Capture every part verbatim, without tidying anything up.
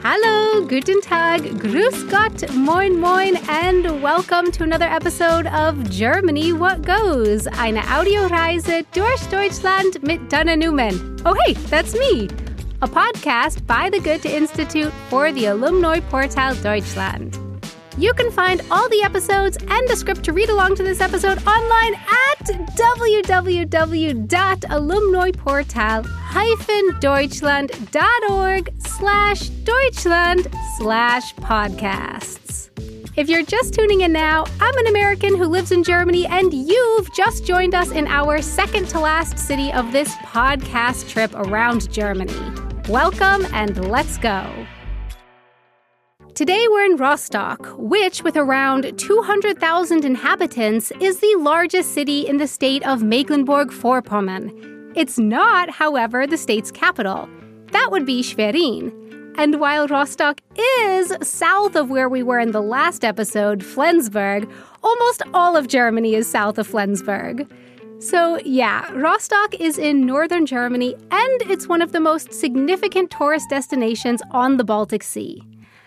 Hallo, guten Tag, grüß Gott, moin moin, and welcome to another episode of Germany What Goes, eine Audioreise durch Deutschland mit Dana Newman. Oh hey, that's me. A podcast by the Goethe Institute for the Alumni Portal Deutschland. You can find all the episodes and a script to read along to this episode online at www.alumniportal-deutschland.org slash Deutschland slash podcasts. If you're just tuning in now, I'm an American who lives in Germany, and you've just joined us in our second-to-last city of this podcast trip around Germany. Welcome, and let's go. Today we're in Rostock, which, with around two hundred thousand inhabitants, is the largest city in the state of Mecklenburg-Vorpommern. It's not, however, the state's capital. That would be Schwerin. And while Rostock is south of where we were in the last episode, Flensburg, almost all of Germany is south of Flensburg. So yeah, Rostock is in northern Germany, and it's one of the most significant tourist destinations on the Baltic Sea.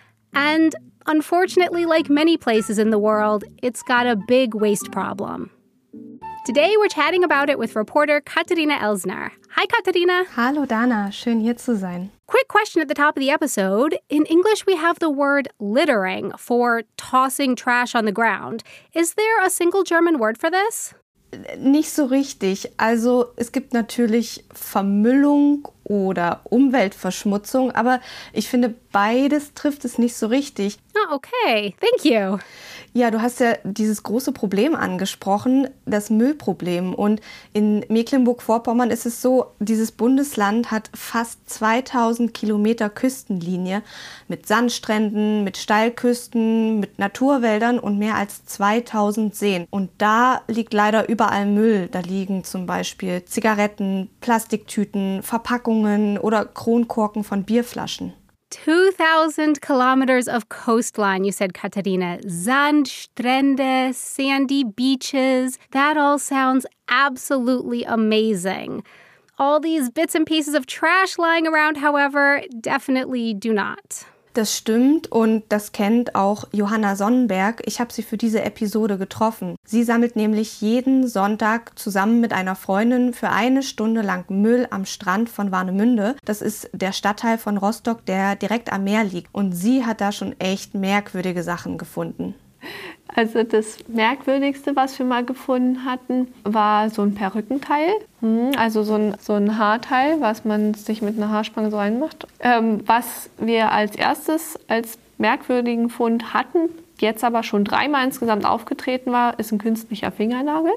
And unfortunately, like many places in the world, it's got a big waste problem. Today, we're chatting about it with reporter Katharina Elsner. Hi, Katharina. Hallo, Dana. Schön, hier zu sein. Quick question at the top of the episode. In English, we have the word littering for tossing trash on the ground. Is there a single German word for this? Nicht so richtig. Also es gibt natürlich Vermüllung oder Umweltverschmutzung, aber ich finde, beides trifft es nicht so richtig. Oh, okay. Thank you. Ja, du hast ja dieses große Problem angesprochen, das Müllproblem. Und in Mecklenburg-Vorpommern ist es so, dieses Bundesland hat fast zweitausend Kilometer Küstenlinie mit Sandstränden, mit Steilküsten, mit Naturwäldern und mehr als zweitausend Seen. Und da liegt leider überall Müll. Da liegen zum Beispiel Zigaretten, Plastiktüten, Verpackungen oder Kronkorken von Bierflaschen. two thousand kilometers of coastline, you said, Katharina. Sand, Strände, sandy beaches. That all sounds absolutely amazing. All these bits and pieces of trash lying around, however, definitely do not. Das stimmt, und das kennt auch Johanna Sonnenberg. Ich habe sie für diese Episode getroffen. Sie sammelt nämlich jeden Sonntag zusammen mit einer Freundin für eine Stunde lang Müll am Strand von Warnemünde. Das ist der Stadtteil von Rostock, der direkt am Meer liegt. Und sie hat da schon echt merkwürdige Sachen gefunden. Also das Merkwürdigste, was wir mal gefunden hatten, war so ein Perückenteil. Also so ein, so ein Haarteil, was man sich mit einer Haarspange so reinmacht. Ähm, was wir als erstes als merkwürdigen Fund hatten, jetzt aber schon dreimal insgesamt aufgetreten war, ist ein künstlicher Fingernagel.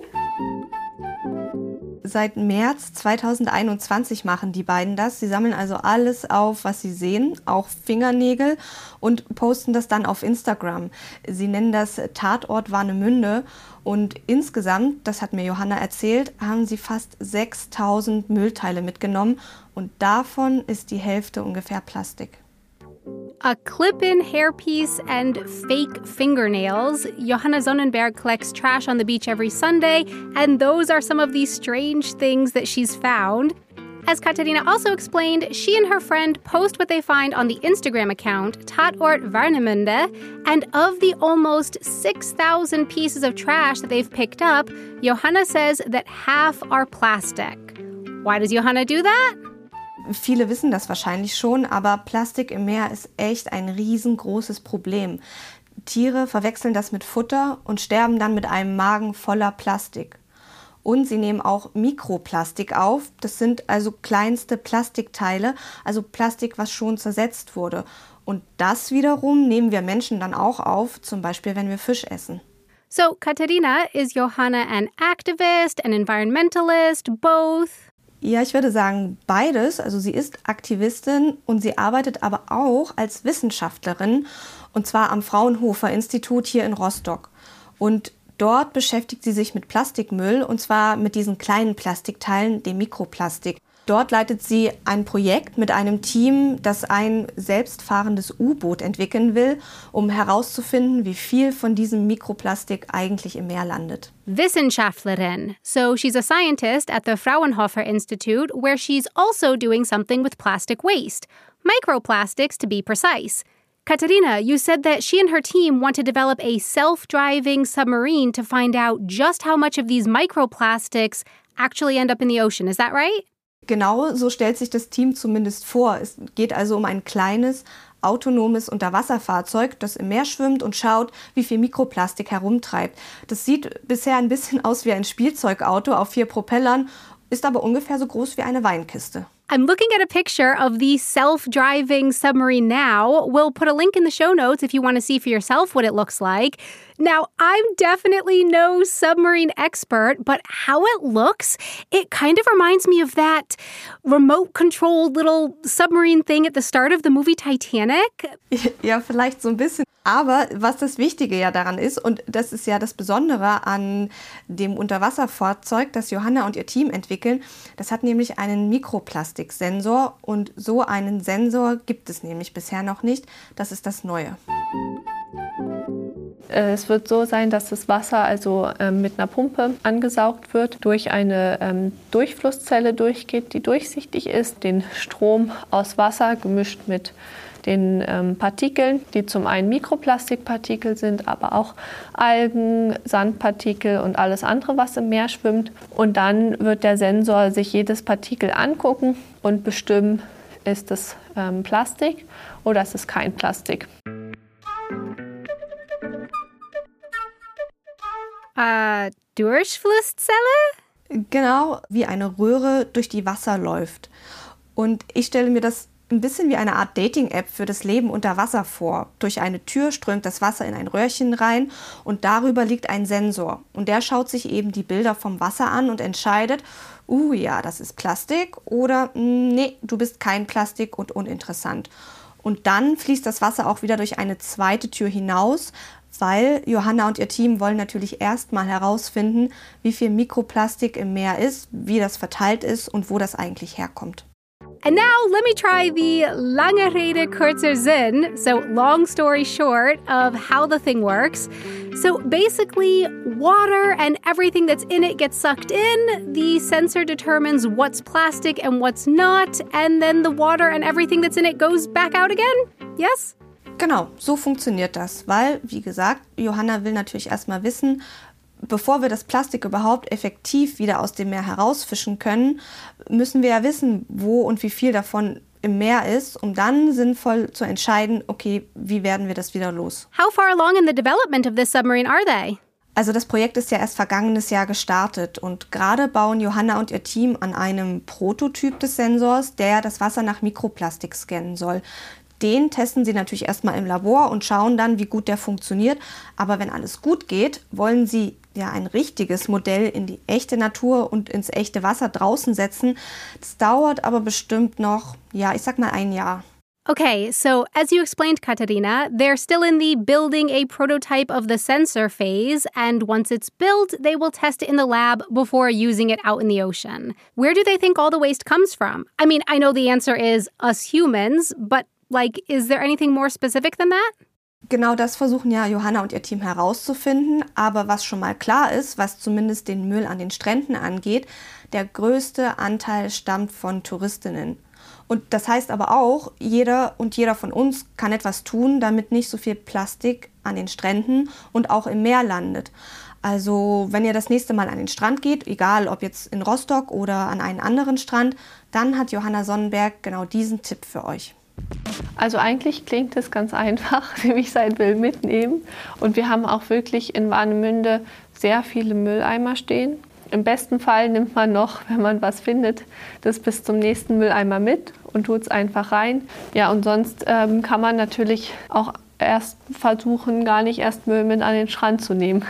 Seit März zweitausendeinundzwanzig machen die beiden das. Sie sammeln also alles auf, was sie sehen, auch Fingernägel, und posten das dann auf Instagram. Sie nennen das Tatort Warnemünde, und insgesamt, das hat mir Johanna erzählt, haben sie fast sechstausend Müllteile mitgenommen, und davon ist die Hälfte ungefähr Plastik. A clip-in hairpiece and fake fingernails. Johanna Sonnenberg collects trash on the beach every Sunday, and those are some of the strange things that she's found. As Katharina also explained, she and her friend post what they find on the Instagram account, Tatort Warnemünde, and of the almost six thousand pieces of trash that they've picked up, Johanna says that half are plastic. Why does Johanna do that? Viele wissen das wahrscheinlich schon, aber Plastik im Meer ist echt ein riesengroßes Problem. Tiere verwechseln das mit Futter und sterben dann mit einem Magen voller Plastik. Und sie nehmen auch Mikroplastik auf. Das sind also kleinste Plastikteile, also Plastik, was schon zersetzt wurde. Und das wiederum nehmen wir Menschen dann auch auf, zum Beispiel wenn wir Fisch essen. So, Katharina, is Johanna an activist, an environmentalist, both? Ja, ich würde sagen beides. Also sie ist Aktivistin, und sie arbeitet aber auch als Wissenschaftlerin, und zwar am Fraunhofer Institut hier in Rostock. Und dort beschäftigt sie sich mit Plastikmüll, und zwar mit diesen kleinen Plastikteilen, dem Mikroplastik. Dort leitet sie ein Projekt mit einem Team, das ein selbstfahrendes U-Boot entwickeln will, um herauszufinden, wie viel von diesem Mikroplastik eigentlich im Meer landet. Wissenschaftlerin. So she's a scientist at the Fraunhofer Institute, where she's also doing something with plastic waste. Microplastics, to be precise. Katerina, you said that she and her team want to develop a self-driving submarine to find out just how much of these microplastics actually end up in the ocean. Is that right? Genau so stellt sich das Team zumindest vor. Es geht also um ein kleines, autonomes Unterwasserfahrzeug, das im Meer schwimmt und schaut, wie viel Mikroplastik herumtreibt. Das sieht bisher ein bisschen aus wie ein Spielzeugauto auf vier Propellern, ist aber ungefähr so groß wie eine Weinkiste. I'm looking at a picture of the self-driving submarine now. We'll put a link in the show notes if you want to see for yourself what it looks like. Now, I'm definitely no submarine expert, but how it looks, it kind of reminds me of that remote-controlled little submarine thing at the start of the movie Titanic. Ja, vielleicht so ein bisschen. Aber was das Wichtige ja daran ist, und das ist ja das Besondere an dem Unterwasserfahrzeug, das Johanna und ihr Team entwickeln, das hat nämlich einen Mikroplastiksensor und so einen Sensor gibt es nämlich bisher noch nicht. Das ist das Neue. Es wird so sein, dass das Wasser also ähm, mit einer Pumpe angesaugt wird, durch eine ähm, Durchflusszelle durchgeht, die durchsichtig ist, den Strom aus Wasser gemischt mit den ähm, Partikeln, die zum einen Mikroplastikpartikel sind, aber auch Algen, Sandpartikel und alles andere, was im Meer schwimmt. Und dann wird der Sensor sich jedes Partikel angucken und bestimmen, ist es ähm, Plastik oder ist es kein Plastik. Äh, Durchflusszelle? Genau, wie eine Röhre durch die Wasser läuft. Und ich stelle mir das ein bisschen wie eine Art Dating-App für das Leben unter Wasser vor. Durch eine Tür strömt das Wasser in ein Röhrchen rein und darüber liegt ein Sensor. Und der schaut sich eben die Bilder vom Wasser an und entscheidet, uh ja, das ist Plastik oder nee, du bist kein Plastik und uninteressant. Und dann fließt das Wasser auch wieder durch eine zweite Tür hinaus, weil Johanna und ihr Team wollen natürlich erstmal herausfinden, wie viel Mikroplastik im Meer ist, wie das verteilt ist und wo das eigentlich herkommt. And now let me try the lange Rede, kurzer Sinn, so long story short, of how the thing works. So basically, water and everything that's in it gets sucked in. The sensor determines what's plastic and what's not. And then the water and everything that's in it goes back out again? Yes? Genau, so funktioniert das, weil, wie gesagt, Johanna will natürlich erstmal wissen, bevor wir das Plastik überhaupt effektiv wieder aus dem Meer herausfischen können, müssen wir ja wissen, wo und wie viel davon im Meer ist, um dann sinnvoll zu entscheiden, okay, wie werden wir das wieder los? How far along in the development of this submarine are they? Also das Projekt ist ja erst vergangenes Jahr gestartet und gerade bauen Johanna und ihr Team an einem Prototyp des Sensors, der das Wasser nach Mikroplastik scannen soll. Den testen sie natürlich erstmal im Labor und schauen dann, wie gut der funktioniert. Aber wenn alles gut geht, wollen sie ja ein richtiges Modell in die echte Natur und ins echte Wasser draußen setzen. Das dauert aber bestimmt noch, ja, ich sag mal ein Jahr. Okay, so as you explained, Katerina, they're still in the building a prototype of the sensor phase, and once it's built, they will test it in the lab before using it out in the ocean. Where do they think all the waste comes from? I mean, I know the answer is us humans, but like, is there anything more specific than that? Genau das versuchen ja Johanna und ihr Team herauszufinden. Aber was schon mal klar ist, was zumindest den Müll an den Stränden angeht, der größte Anteil stammt von Touristinnen. Und das heißt aber auch, jeder und jeder von uns kann etwas tun, damit nicht so viel Plastik an den Stränden und auch im Meer landet. Also wenn ihr das nächste Mal an den Strand geht, egal ob jetzt in Rostock oder an einen anderen Strand, dann hat Johanna Sonnenberg genau diesen Tipp für euch. Also eigentlich klingt es ganz einfach, nämlich sein Müll mitnehmen. Und wir haben auch wirklich in Warnemünde sehr viele Mülleimer stehen. Im besten Fall nimmt man noch, wenn man was findet, das bis zum nächsten Mülleimer mit und tut es einfach rein. Ja, und sonst ähm, kann man natürlich auch erst versuchen, gar nicht erst Müll mit an den Strand zu nehmen.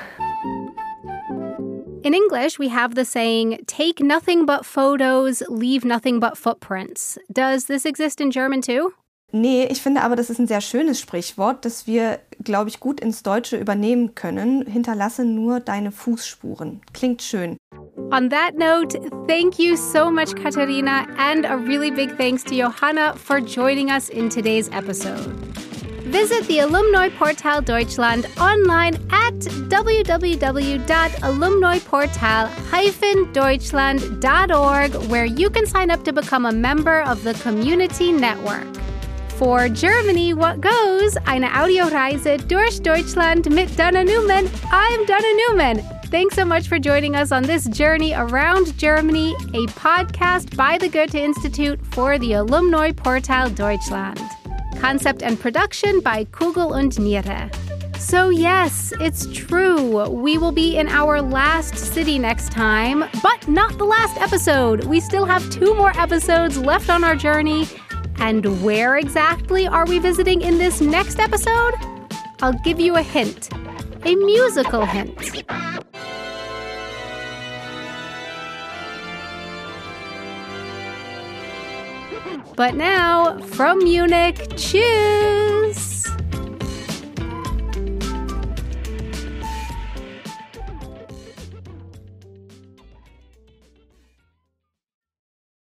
In English, we have the saying, take nothing but photos, leave nothing but footprints. Does this exist in German too? Nee, ich finde aber, das ist ein sehr schönes Sprichwort, das wir, glaube ich, gut ins Deutsche übernehmen können. Hinterlasse nur deine Fußspuren. Klingt schön. On that note, thank you so much, Katerina, and a really big thanks to Johanna for joining us in today's episode. Visit the Alumni Portal Deutschland online at w w w dot alumni portal dash deutschland dot org, where you can sign up to become a member of the community network. For Germany, what goes? Eine Audioreise durch Deutschland mit Dana Newman. I'm Dana Newman. Thanks so much for joining us on this journey around Germany, a podcast by the Goethe Institute for the Alumni Portal Deutschland. Concept and production by Kugel und Niere. So yes, it's true. We will be in our last city next time, but not the last episode. We still have two more episodes left on our journey. And where exactly are we visiting in this next episode? I'll give you a hint. A musical hint. But now, from Munich, tschüss!